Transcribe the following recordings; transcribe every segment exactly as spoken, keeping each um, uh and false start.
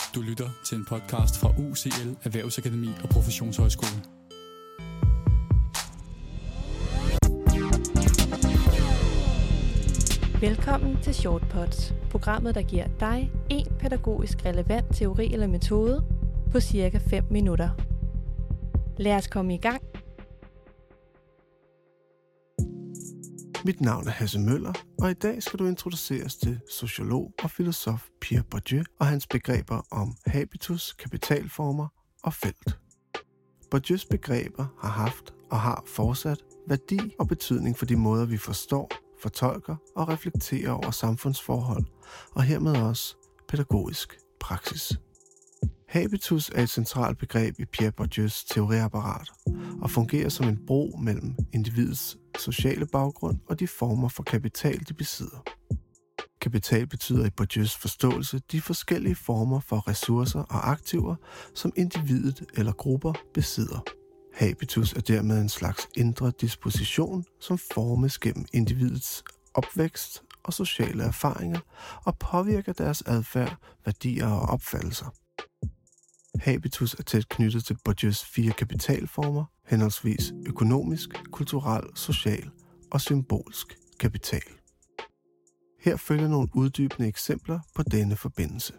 Du lytter til en podcast fra U C L Erhvervsakademi og Professionshøjskole. Velkommen til Shortpods, programmet der giver dig en pædagogisk relevant teori eller metode på cirka fem minutter. Lad os komme i gang. Mit navn er Hasse Møller, og i dag skal du introduceres til sociolog og filosof Pierre Bourdieu og hans begreber om habitus, kapitalformer og felt. Bourdieus begreber har haft og har fortsat værdi og betydning for de måder, vi forstår, fortolker og reflekterer over samfundsforhold, og hermed også pædagogisk praksis. Habitus er et centralt begreb i Pierre Bourdieus teoriapparat og fungerer som en bro mellem individets sociale baggrund og de former for kapital, de besidder. Kapital betyder i Bourdieus forståelse de forskellige former for ressourcer og aktiver, som individet eller grupper besidder. Habitus er dermed en slags indre disposition, som formes gennem individets opvækst og sociale erfaringer og påvirker deres adfærd, værdier og opfattelser. Habitus er tæt knyttet til Bourdieus fire kapitalformer, henholdsvis økonomisk, kulturel, social og symbolsk kapital. Her følger nogle uddybende eksempler på denne forbindelse.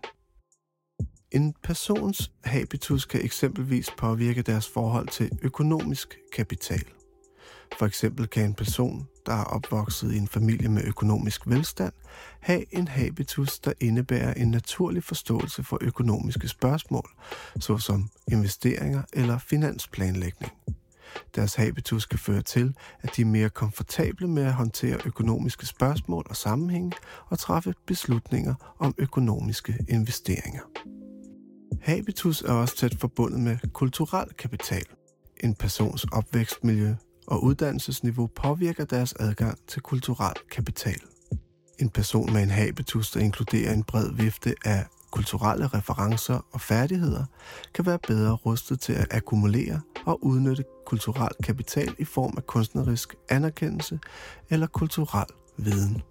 En persons habitus kan eksempelvis påvirke deres forhold til økonomisk kapital. For eksempel kan en person, der er opvokset i en familie med økonomisk velstand, have en habitus, der indebærer en naturlig forståelse for økonomiske spørgsmål, såsom investeringer eller finansplanlægning. Deres habitus kan føre til, at de er mere komfortable med at håndtere økonomiske spørgsmål og sammenhænge og træffe beslutninger om økonomiske investeringer. Habitus er også tæt forbundet med kulturel kapital. En persons opvækstmiljø og uddannelsesniveau påvirker deres adgang til kulturel kapital. En person med en habitus, der inkluderer en bred vifte af kulturelle referencer og færdigheder, kan være bedre rustet til at akkumulere og udnytte kulturel kapital i form af kunstnerisk anerkendelse eller kulturel viden.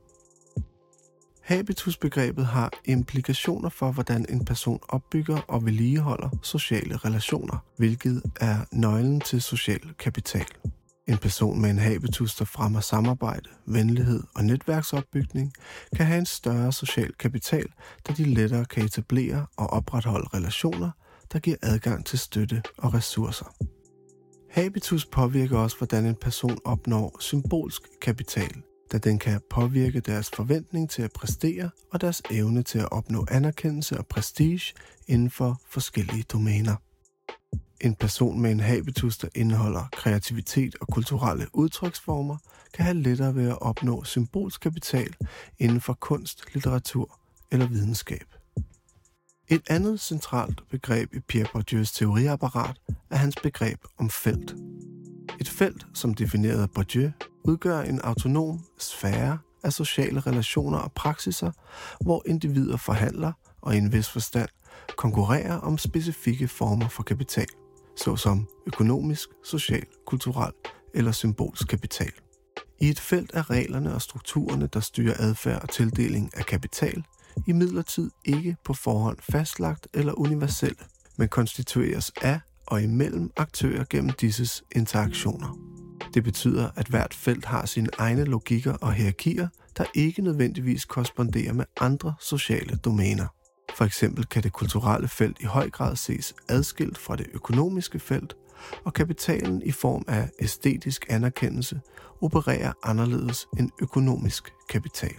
Habitusbegrebet har implikationer for, hvordan en person opbygger og vedligeholder sociale relationer, hvilket er nøglen til social kapital. En person med en habitus, der fremmer samarbejde, venlighed og netværksopbygning, kan have en større social kapital, da de lettere kan etablere og opretholde relationer, der giver adgang til støtte og ressourcer. Habitus påvirker også, hvordan en person opnår symbolsk kapital, da den kan påvirke deres forventning til at præstere og deres evne til at opnå anerkendelse og prestige inden for forskellige domæner. En person med en habitus, der indeholder kreativitet og kulturelle udtryksformer, kan have lettere ved at opnå symbolsk kapital inden for kunst, litteratur eller videnskab. Et andet centralt begreb i Pierre Bourdieus teoriapparat er hans begreb om felt. Et felt, som defineret af Bourdieu, udgør en autonom sfære af sociale relationer og praksiser, hvor individer forhandler og i en vis forstand konkurrerer om specifikke former for kapital, såsom økonomisk, social, kulturel eller symbolsk kapital. I et felt er reglerne og strukturerne, der styrer adfærd og tildeling af kapital, imidlertid ikke på forhånd fastlagt eller universelle, men konstitueres af og imellem aktører gennem disses interaktioner. Det betyder, at hvert felt har sine egne logikker og hierarkier, der ikke nødvendigvis korresponderer med andre sociale domæner. For eksempel kan det kulturelle felt i høj grad ses adskilt fra det økonomiske felt, og kapitalen i form af æstetisk anerkendelse opererer anderledes end økonomisk kapital.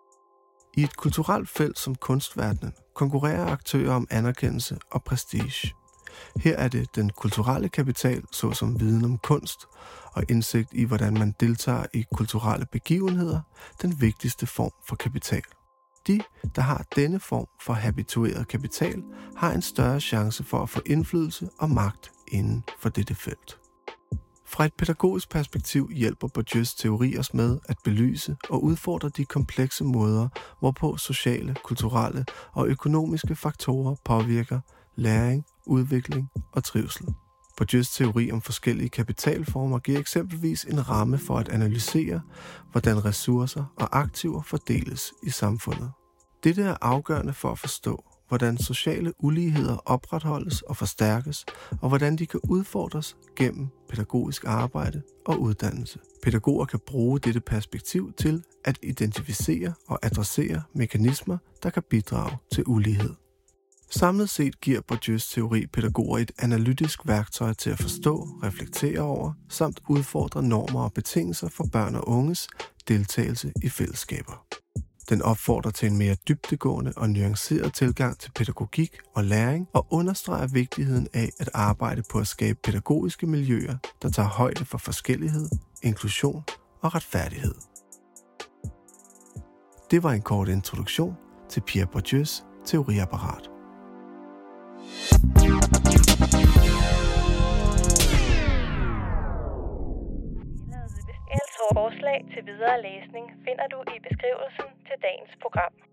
I et kulturelt felt som kunstverdenen konkurrerer aktører om anerkendelse og prestige. Her er det den kulturelle kapital, såsom viden om kunst og indsigt i, hvordan man deltager i kulturelle begivenheder, den vigtigste form for kapital. De, der har denne form for habitueret kapital, har en større chance for at få indflydelse og magt inden for dette felt. Fra et pædagogisk perspektiv hjælper Bourdieus teori os med at belyse og udfordre de komplekse måder, hvorpå sociale, kulturelle og økonomiske faktorer påvirker læring, udvikling og trivsel. Bourdieus teori om forskellige kapitalformer giver eksempelvis en ramme for at analysere, hvordan ressourcer og aktiver fordeles i samfundet. Dette er afgørende for at forstå, hvordan sociale uligheder opretholdes og forstærkes, og hvordan de kan udfordres gennem pædagogisk arbejde og uddannelse. Pædagoger kan bruge dette perspektiv til at identificere og adressere mekanismer, der kan bidrage til ulighed. Samlet set giver Bourdieu's teori pædagoger et analytisk værktøj til at forstå, reflektere over, samt udfordre normer og betingelser for børn og unges deltagelse i fællesskaber. Den opfordrer til en mere dybdegående og nuanceret tilgang til pædagogik og læring og understreger vigtigheden af at arbejde på at skabe pædagogiske miljøer, der tager højde for forskellighed, inklusion og retfærdighed. Det var en kort introduktion til Pierre Bourdieu's teoriapparat. Forslag til videre læsning finder du i beskrivelsen til dagens program.